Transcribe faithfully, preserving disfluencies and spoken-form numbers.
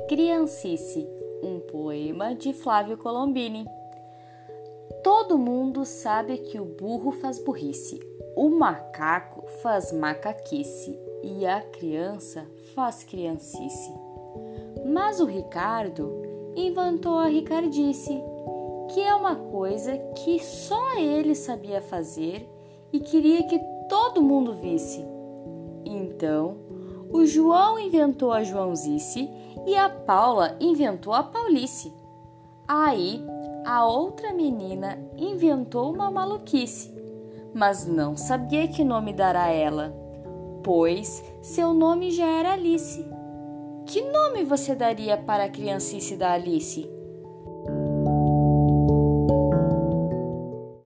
Criancice, um poema de Flávio Colombini. Todo mundo sabe que o burro faz burrice, o macaco faz macaquice e a criança faz criancice. Mas o Ricardo inventou a ricardice, que é uma coisa que só ele sabia fazer e queria que todo mundo visse. Então, o João inventou a Joãozice e a Paula inventou a Paulice. Aí, a outra menina inventou uma maluquice, mas não sabia que nome dar a ela, pois seu nome já era Alice. Que nome você daria para a criancice da Alice?